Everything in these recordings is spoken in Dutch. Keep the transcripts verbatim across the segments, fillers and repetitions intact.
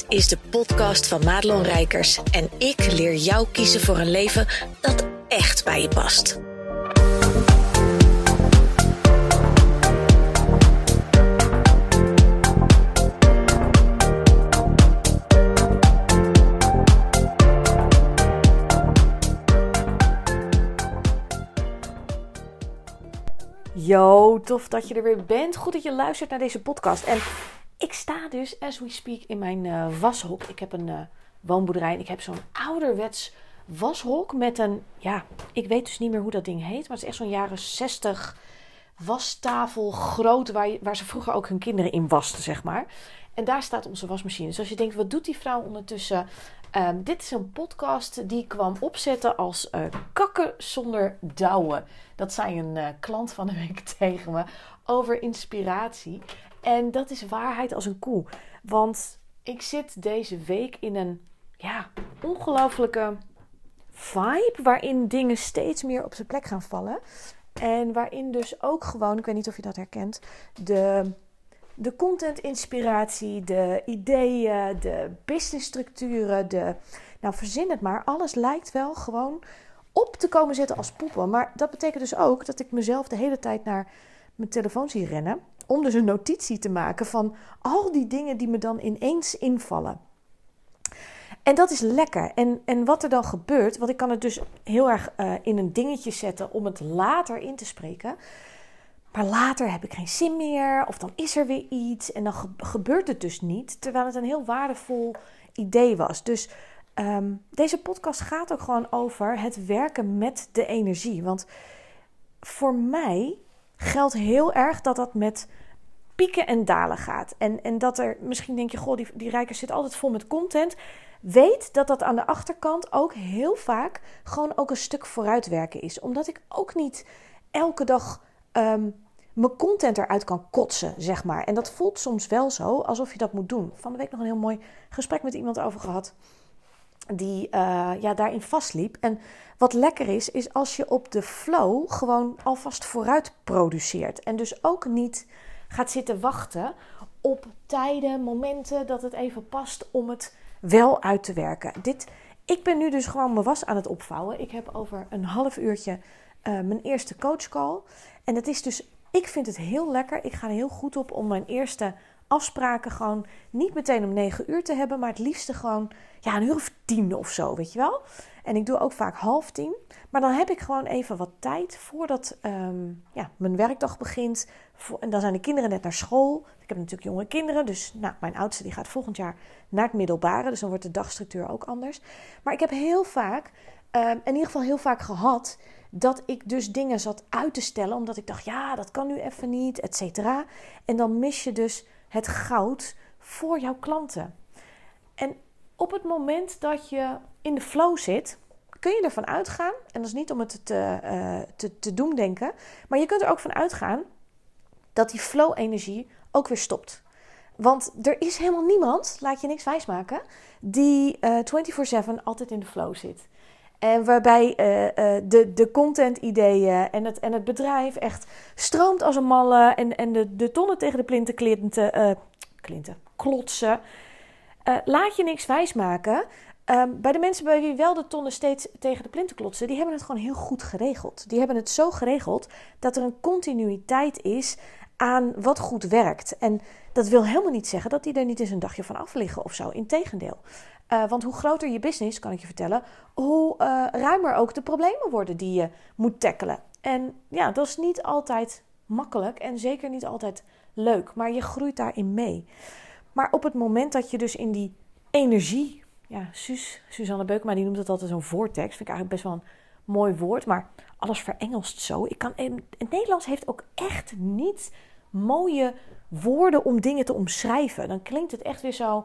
is de podcast van Madelon Rijkers en ik leer jou kiezen voor een leven dat echt bij je past. Yo, tof dat je er weer bent. Goed dat je luistert naar deze podcast. En ik sta dus, as we speak, in mijn uh, washok. Ik heb een uh, woonboerderij en ik heb zo'n ouderwets washok met een, ja, ik weet dus niet meer hoe dat ding heet, maar het is echt zo'n jaren zestig wastafel groot, waar, je, waar ze vroeger ook hun kinderen in wasten, zeg maar. En daar staat onze wasmachine. Dus als je denkt, wat doet die vrouw ondertussen? Um, dit is een podcast die kwam opzetten als uh, kakken zonder douwen. Dat zei een uh, klant van de week tegen me over inspiratie. En dat is waarheid als een koe. Want ik zit deze week in een ja, ongelofelijke vibe waarin dingen steeds meer op zijn plek gaan vallen. En waarin dus ook gewoon, ik weet niet of je dat herkent, de... De content-inspiratie, de ideeën, de businessstructuren, de, nou verzin het maar. Alles lijkt wel gewoon op te komen zitten als poepen. Maar dat betekent dus ook dat ik mezelf de hele tijd naar mijn telefoon zie rennen. Om dus een notitie te maken van al die dingen die me dan ineens invallen. En dat is lekker. En, en wat er dan gebeurt, want ik kan het dus heel erg uh, in een dingetje zetten om het later in te spreken. Maar later heb ik geen zin meer of dan is er weer iets en dan ge- gebeurt het dus niet. Terwijl het een heel waardevol idee was. Dus um, deze podcast gaat ook gewoon over het werken met de energie. Want voor mij geldt heel erg dat dat met pieken en dalen gaat. En, en dat er, misschien denk je, goh, die, die Rijkers zit altijd vol met content. Weet dat dat aan de achterkant ook heel vaak gewoon ook een stuk vooruitwerken is. Omdat ik ook niet elke dag Um, mijn content eruit kan kotsen, zeg maar. En dat voelt soms wel zo, alsof je dat moet doen. Van de week nog een heel mooi gesprek met iemand over gehad, die uh, ja, daarin vastliep. En wat lekker is, is als je op de flow gewoon alvast vooruit produceert. En dus ook niet gaat zitten wachten op tijden, momenten dat het even past om het wel uit te werken. Dit, ik ben nu dus gewoon mijn was aan het opvouwen. Ik heb over een half uurtje uh, mijn eerste coachcall. En het is dus, ik vind het heel lekker. Ik ga er heel goed op om mijn eerste afspraken gewoon niet meteen om negen uur te hebben. Maar het liefste gewoon ja, een uur of tien of zo, weet je wel. En ik doe ook vaak half tien. Maar dan heb ik gewoon even wat tijd voordat um, ja, mijn werkdag begint. En dan zijn de kinderen net naar school. Ik heb natuurlijk jonge kinderen. Dus nou, mijn oudste die gaat volgend jaar naar het middelbare. Dus dan wordt de dagstructuur ook anders. Maar ik heb heel vaak, um, in ieder geval heel vaak gehad, dat ik dus dingen zat uit te stellen. Omdat ik dacht, ja, dat kan nu even niet, et cetera. En dan mis je dus het goud voor jouw klanten. En op het moment dat je in de flow zit, kun je ervan uitgaan, en dat is niet om het te, uh, te, te doen denken, maar je kunt er ook van uitgaan dat die flow-energie ook weer stopt. Want er is helemaal niemand, laat je niks wijsmaken, die uh, vierentwintig zeven altijd in de flow zit. En waarbij uh, uh, de, de content-ideeën en het, en het bedrijf echt stroomt als een malle en, en de, de tonnen tegen de plinten klinten, uh, klinten, klotsen. Uh, laat je niks wijsmaken. Um, bij de mensen bij wie wel de tonnen steeds tegen de plinten klotsen, die hebben het gewoon heel goed geregeld. Die hebben het zo geregeld dat er een continuïteit is aan wat goed werkt. En dat wil helemaal niet zeggen dat die er niet eens een dagje van af liggen of zo. Integendeel. Uh, want hoe groter je business, kan ik je vertellen, hoe uh, ruimer ook de problemen worden die je moet tackelen. En ja, dat is niet altijd makkelijk en zeker niet altijd leuk. Maar je groeit daarin mee. Maar op het moment dat je dus in die energie, ja, Suus, Suzanne Beukema, die noemt het altijd zo'n vortex. Vind ik eigenlijk best wel een mooi woord, maar alles verengelst zo. Ik kan, het Nederlands heeft ook echt niet mooie woorden om dingen te omschrijven. Dan klinkt het echt weer zo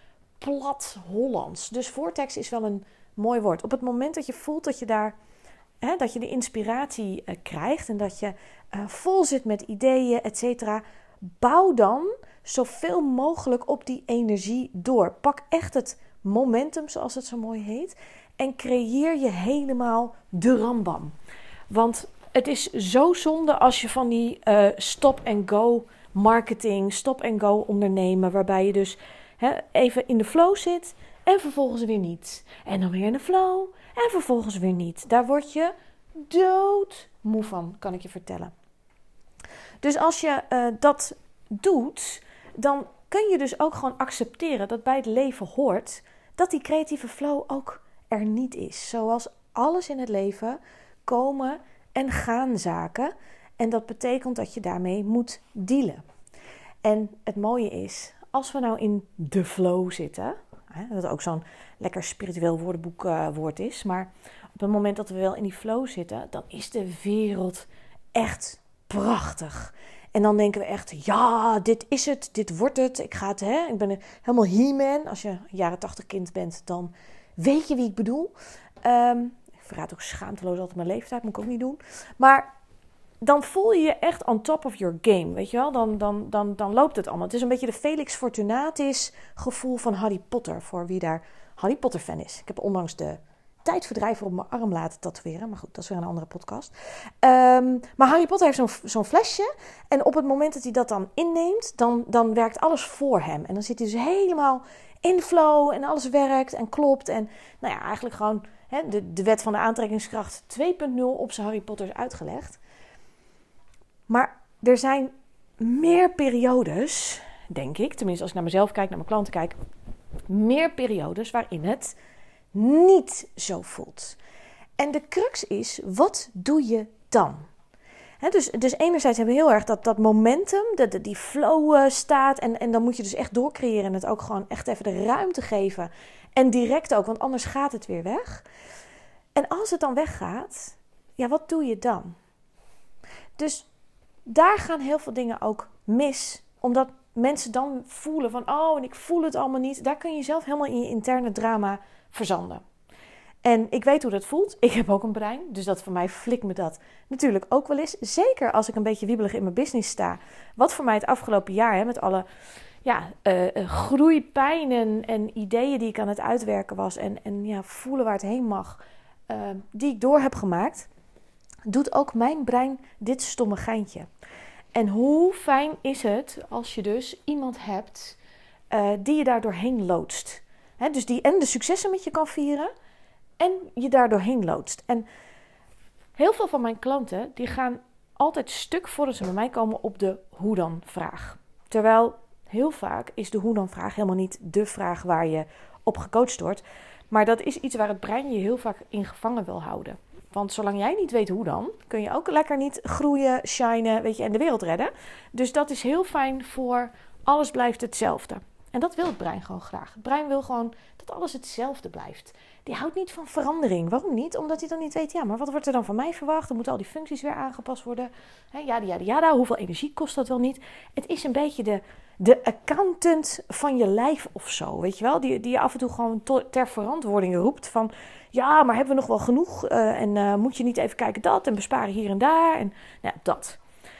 plat Hollands. Dus vortex is wel een mooi woord. Op het moment dat je voelt dat je daar, hè, dat je de inspiratie uh, krijgt en dat je uh, vol zit met ideeën, et cetera, bouw dan zoveel mogelijk op die energie door. Pak echt het momentum, zoals het zo mooi heet, en creëer je helemaal de rambam. Want het is zo zonde als je van die uh, stop-and-go marketing, stop-and-go ondernemen, waarbij je dus hè, even in de flow zit en vervolgens weer niet. En dan weer in de flow en vervolgens weer niet. Daar word je doodmoe van, kan ik je vertellen. Dus als je uh, dat doet, dan kun je dus ook gewoon accepteren dat bij het leven hoort dat die creatieve flow ook er niet is. Zoals alles in het leven komen en gaan zaken. En dat betekent dat je daarmee moet dealen. En het mooie is, als we nou in de flow zitten, hè, dat ook zo'n lekker spiritueel woordenboek uh, woord is, maar op het moment dat we wel in die flow zitten, dan is de wereld echt prachtig. En dan denken we echt, ja, dit is het, dit wordt het. Ik ga het, hè, ik ben helemaal He-Man. Als je een jaren tachtig kind bent, dan weet je wie ik bedoel. Um, ik verraad ook schaamteloos altijd mijn leeftijd, moet ik ook niet doen. Maar dan voel je je echt on top of your game, weet je wel. Dan, dan, dan, dan loopt het allemaal. Het is een beetje de Felix Fortunatis gevoel van Harry Potter, voor wie daar Harry Potter fan is. Ik heb onlangs de tijdverdrijver op mijn arm laten tatoeëren. Maar goed, dat is weer een andere podcast. Um, maar Harry Potter heeft zo'n, zo'n flesje. En op het moment dat hij dat dan inneemt, dan, dan werkt alles voor hem. En dan zit hij dus helemaal in flow en alles werkt en klopt. En nou ja, eigenlijk gewoon hè, de, de wet van de aantrekkingskracht twee punt nul op zijn Harry Potter is uitgelegd. Maar er zijn meer periodes, denk ik, tenminste als ik naar mezelf kijk, naar mijn klanten kijk, meer periodes waarin het niet zo voelt. En de crux is, wat doe je dan? He, dus, dus enerzijds hebben we heel erg dat, dat momentum, dat, dat die flow uh, staat. En, en dan moet je dus echt doorcreëren en het ook gewoon echt even de ruimte geven. En direct ook, want anders gaat het weer weg. En als het dan weggaat, ja, wat doe je dan? Dus daar gaan heel veel dingen ook mis. Omdat mensen dan voelen van, oh, en ik voel het allemaal niet. Daar kun je zelf helemaal in je interne drama verzanden. En ik weet hoe dat voelt. Ik heb ook een brein. Dus dat voor mij flikt me dat natuurlijk ook wel eens. Zeker als ik een beetje wiebelig in mijn business sta. Wat voor mij het afgelopen jaar, hè, met alle ja, uh, groeipijnen en ideeën die ik aan het uitwerken was. En, en ja, voelen waar het heen mag. Uh, die ik door heb gemaakt. Doet ook mijn brein dit stomme geintje. En hoe fijn is het als je dus iemand hebt uh, die je daar doorheen loodst. He, dus die en de successen met je kan vieren en je daar doorheen loodst. En heel veel van mijn klanten die gaan altijd stuk voordat ze bij mij komen op de hoe dan vraag. Terwijl heel vaak is de hoe dan vraag helemaal niet de vraag waar je op gecoacht wordt. Maar dat is iets waar het brein je heel vaak in gevangen wil houden. Want zolang jij niet weet hoe dan, kun je ook lekker niet groeien, shinen, weet je, en de wereld redden. Dus dat is heel fijn voor alles blijft hetzelfde. En dat wil het brein gewoon graag. Het brein wil gewoon dat alles hetzelfde blijft. Die houdt niet van verandering. Waarom niet? Omdat hij dan niet weet, ja, maar wat wordt er dan van mij verwacht? Dan moeten al die functies weer aangepast worden. He, ja, ja, ja, hoeveel energie kost dat wel niet? Het is een beetje de, de accountant van je lijf of zo, weet je wel? Die, die je af en toe gewoon to, ter verantwoording roept van, ja, maar hebben we nog wel genoeg? Uh, en uh, moet je niet even kijken dat en besparen hier en daar? En nou, dat.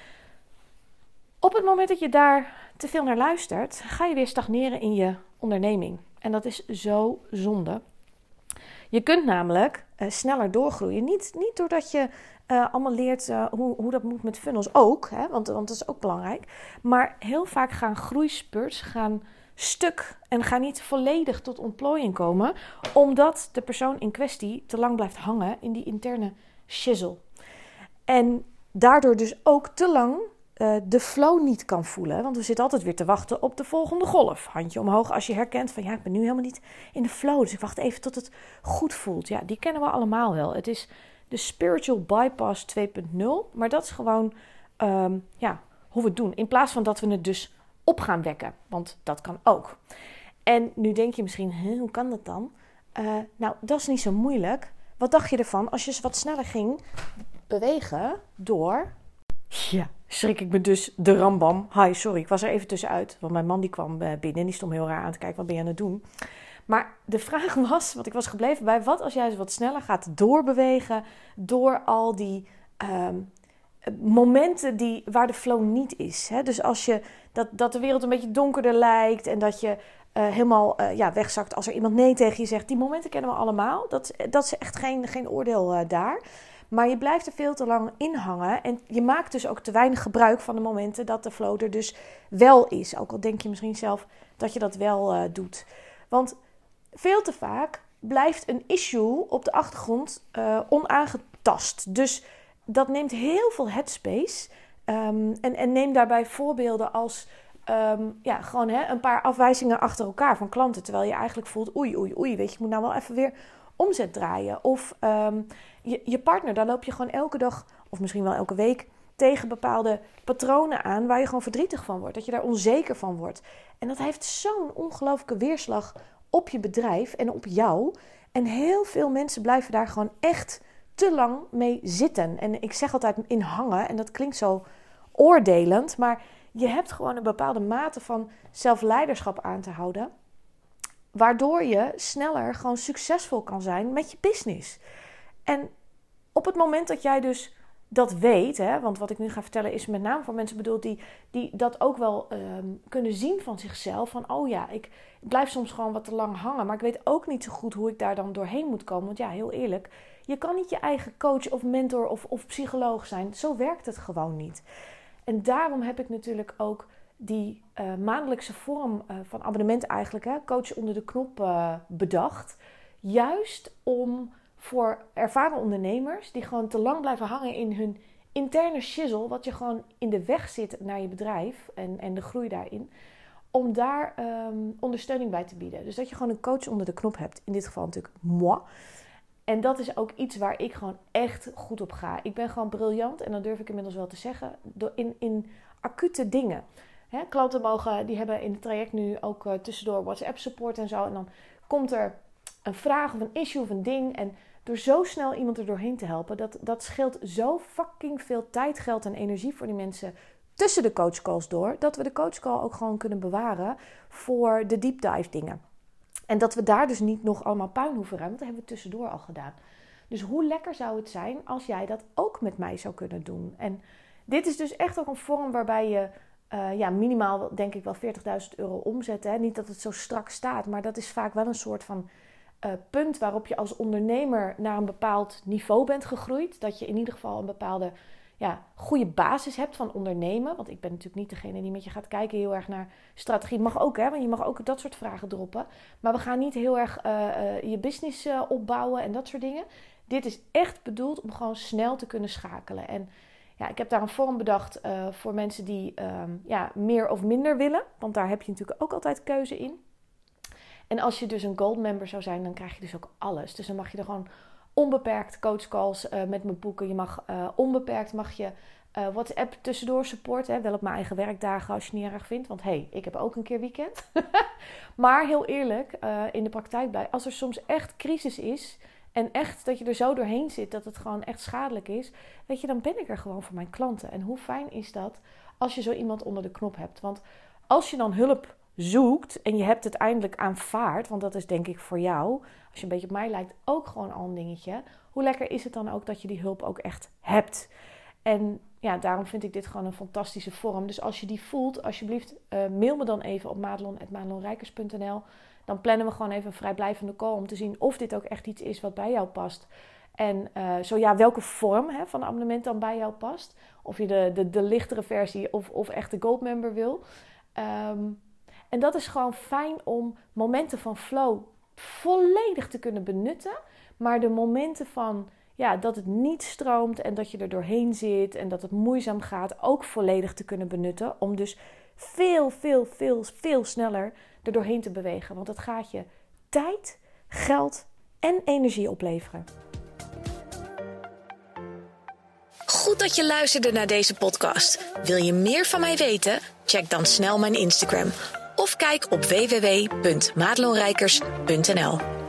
Op het moment dat je daar te veel naar luistert, ga je weer stagneren in je onderneming. En dat is zo zonde. Je kunt namelijk uh, sneller doorgroeien. Niet, niet doordat je uh, allemaal leert uh, hoe, hoe dat moet met funnels ook. Hè, want, want dat is ook belangrijk. Maar heel vaak gaan groeispurts gaan stuk en gaan niet volledig tot ontplooiing komen. Omdat de persoon in kwestie te lang blijft hangen in die interne shizzle. En daardoor dus ook te lang uh, de flow niet kan voelen. Want we zitten altijd weer te wachten op de volgende golf. Handje omhoog als je herkent van ja, ik ben nu helemaal niet in de flow. Dus ik wacht even tot het goed voelt. Ja, die kennen we allemaal wel. Het is de spiritual bypass twee punt nul. Maar dat is gewoon um, ja, hoe we het doen. In plaats van dat we het dus op gaan wekken. Want dat kan ook. En nu denk je misschien, hoe kan dat dan? Uh, nou, dat is niet zo moeilijk. Wat dacht je ervan als je eens wat sneller ging bewegen door... Ja, schrik ik me dus de rambam. Hi, sorry, ik was er even tussenuit. Want mijn man die kwam binnen en die stond me heel raar aan te kijken. Wat ben je aan het doen? Maar de vraag was, want ik was gebleven bij... wat als jij eens wat sneller gaat doorbewegen... door al die um, momenten die, waar de flow niet is. Hè? Dus als je dat, dat de wereld een beetje donkerder lijkt... en dat je uh, helemaal uh, ja, wegzakt als er iemand nee tegen je zegt... die momenten kennen we allemaal. Dat, dat is echt geen, geen oordeel uh, daar... Maar je blijft er veel te lang in hangen. En je maakt dus ook te weinig gebruik van de momenten dat de flow er dus wel is. Ook al denk je misschien zelf dat je dat wel uh, doet. Want veel te vaak blijft een issue op de achtergrond uh, onaangetast. Dus dat neemt heel veel headspace. Um, en, en neem daarbij voorbeelden als um, ja, gewoon hè, een paar afwijzingen achter elkaar van klanten. Terwijl je eigenlijk voelt, oei, oei, oei, weet je, ik moet nou wel even weer omzet draaien. Of um, je, je partner, daar loop je gewoon elke dag, of misschien wel elke week, tegen bepaalde patronen aan waar je gewoon verdrietig van wordt. Dat je daar onzeker van wordt. En dat heeft zo'n ongelooflijke weerslag op je bedrijf en op jou. En heel veel mensen blijven daar gewoon echt te lang mee zitten. En ik zeg altijd in hangen, en dat klinkt zo oordelend, maar je hebt gewoon een bepaalde mate van zelfleiderschap aan te houden, waardoor je sneller gewoon succesvol kan zijn met je business. En op het moment dat jij dus dat weet, hè, want wat ik nu ga vertellen is met name voor mensen bedoeld die, die dat ook wel um, kunnen zien van zichzelf. Van oh ja, ik blijf soms gewoon wat te lang hangen, maar ik weet ook niet zo goed hoe ik daar dan doorheen moet komen. Want ja, heel eerlijk, je kan niet je eigen coach of mentor of, of psycholoog zijn. Zo werkt het gewoon niet. En daarom heb ik natuurlijk ook die uh, maandelijkse vorm uh, van abonnement eigenlijk, hè, coach onder de knop uh, bedacht. Juist om voor ervaren ondernemers die gewoon te lang blijven hangen in hun interne shizzle, wat je gewoon in de weg zit naar je bedrijf en, en de groei daarin, om daar um, ondersteuning bij te bieden. Dus dat je gewoon een coach onder de knop hebt. In dit geval natuurlijk moi. En dat is ook iets waar ik gewoon echt goed op ga. Ik ben gewoon briljant, en dat durf ik inmiddels wel te zeggen, in, in acute dingen. Hè, klanten mogen, die hebben in het traject nu ook uh, tussendoor WhatsApp support en zo. En dan komt er een vraag of een issue of een ding. En door zo snel iemand er doorheen te helpen, dat, dat scheelt zo fucking veel tijd, geld en energie voor die mensen tussen de coachcalls door, dat we de coachcall ook gewoon kunnen bewaren voor de deep dive dingen. En dat we daar dus niet nog allemaal puin hoeven ruimen, want dat hebben we tussendoor al gedaan. Dus hoe lekker zou het zijn als jij dat ook met mij zou kunnen doen? En dit is dus echt ook een vorm waarbij je uh, ja, minimaal denk ik wel veertigduizend euro omzet. Hè? Niet dat het zo strak staat, maar dat is vaak wel een soort van uh, punt waarop je als ondernemer naar een bepaald niveau bent gegroeid. Dat je in ieder geval een bepaalde ja, goede basis hebt van ondernemen. Want ik ben natuurlijk niet degene die met je gaat kijken heel erg naar strategie. Mag ook, hè, want je mag ook dat soort vragen droppen. Maar we gaan niet heel erg uh, uh, je business uh, opbouwen en dat soort dingen. Dit is echt bedoeld om gewoon snel te kunnen schakelen. En ja, ik heb daar een vorm bedacht uh, voor mensen die uh, ja, meer of minder willen. Want daar heb je natuurlijk ook altijd keuze in. En als je dus een gold member zou zijn, dan krijg je dus ook alles. Dus dan mag je er gewoon onbeperkt coachcalls uh, met me boeken. Je mag uh, onbeperkt mag je uh, WhatsApp tussendoor support. Hè? Wel op mijn eigen werkdagen als je het niet erg vindt. Want hé, hey, ik heb ook een keer weekend. Maar heel eerlijk, uh, in de praktijk bij, als er soms echt crisis is en echt dat je er zo doorheen zit dat het gewoon echt schadelijk is, weet je, dan ben ik er gewoon voor mijn klanten. En hoe fijn is dat als je zo iemand onder de knop hebt? Want als je dan hulp zoekt en je hebt het eindelijk aanvaard, want dat is denk ik voor jou, als je een beetje op mij lijkt, ook gewoon al een dingetje. Hoe lekker is het dan ook dat je die hulp ook echt hebt? En ja, daarom vind ik dit gewoon een fantastische vorm. Dus als je die voelt, alsjeblieft uh, mail me dan even op madelon at madelonrijkers punt n l. Dan plannen we gewoon even een vrijblijvende call om te zien of dit ook echt iets is wat bij jou past. En uh, zo ja, welke vorm hè, van abonnement dan bij jou past. Of je de, de, de lichtere versie of, of echt de gold member wil. Um, en dat is gewoon fijn om momenten van flow volledig te kunnen benutten. Maar de momenten van ja, dat het niet stroomt en dat je er doorheen zit en dat het moeizaam gaat, ook volledig te kunnen benutten. Om dus veel, veel, veel, veel sneller er doorheen te bewegen. Want dat gaat je tijd, geld en energie opleveren. Goed dat je luisterde naar deze podcast. Wil je meer van mij weten? Check dan snel mijn Instagram. Of kijk op w w w punt madelonrijkers punt n l.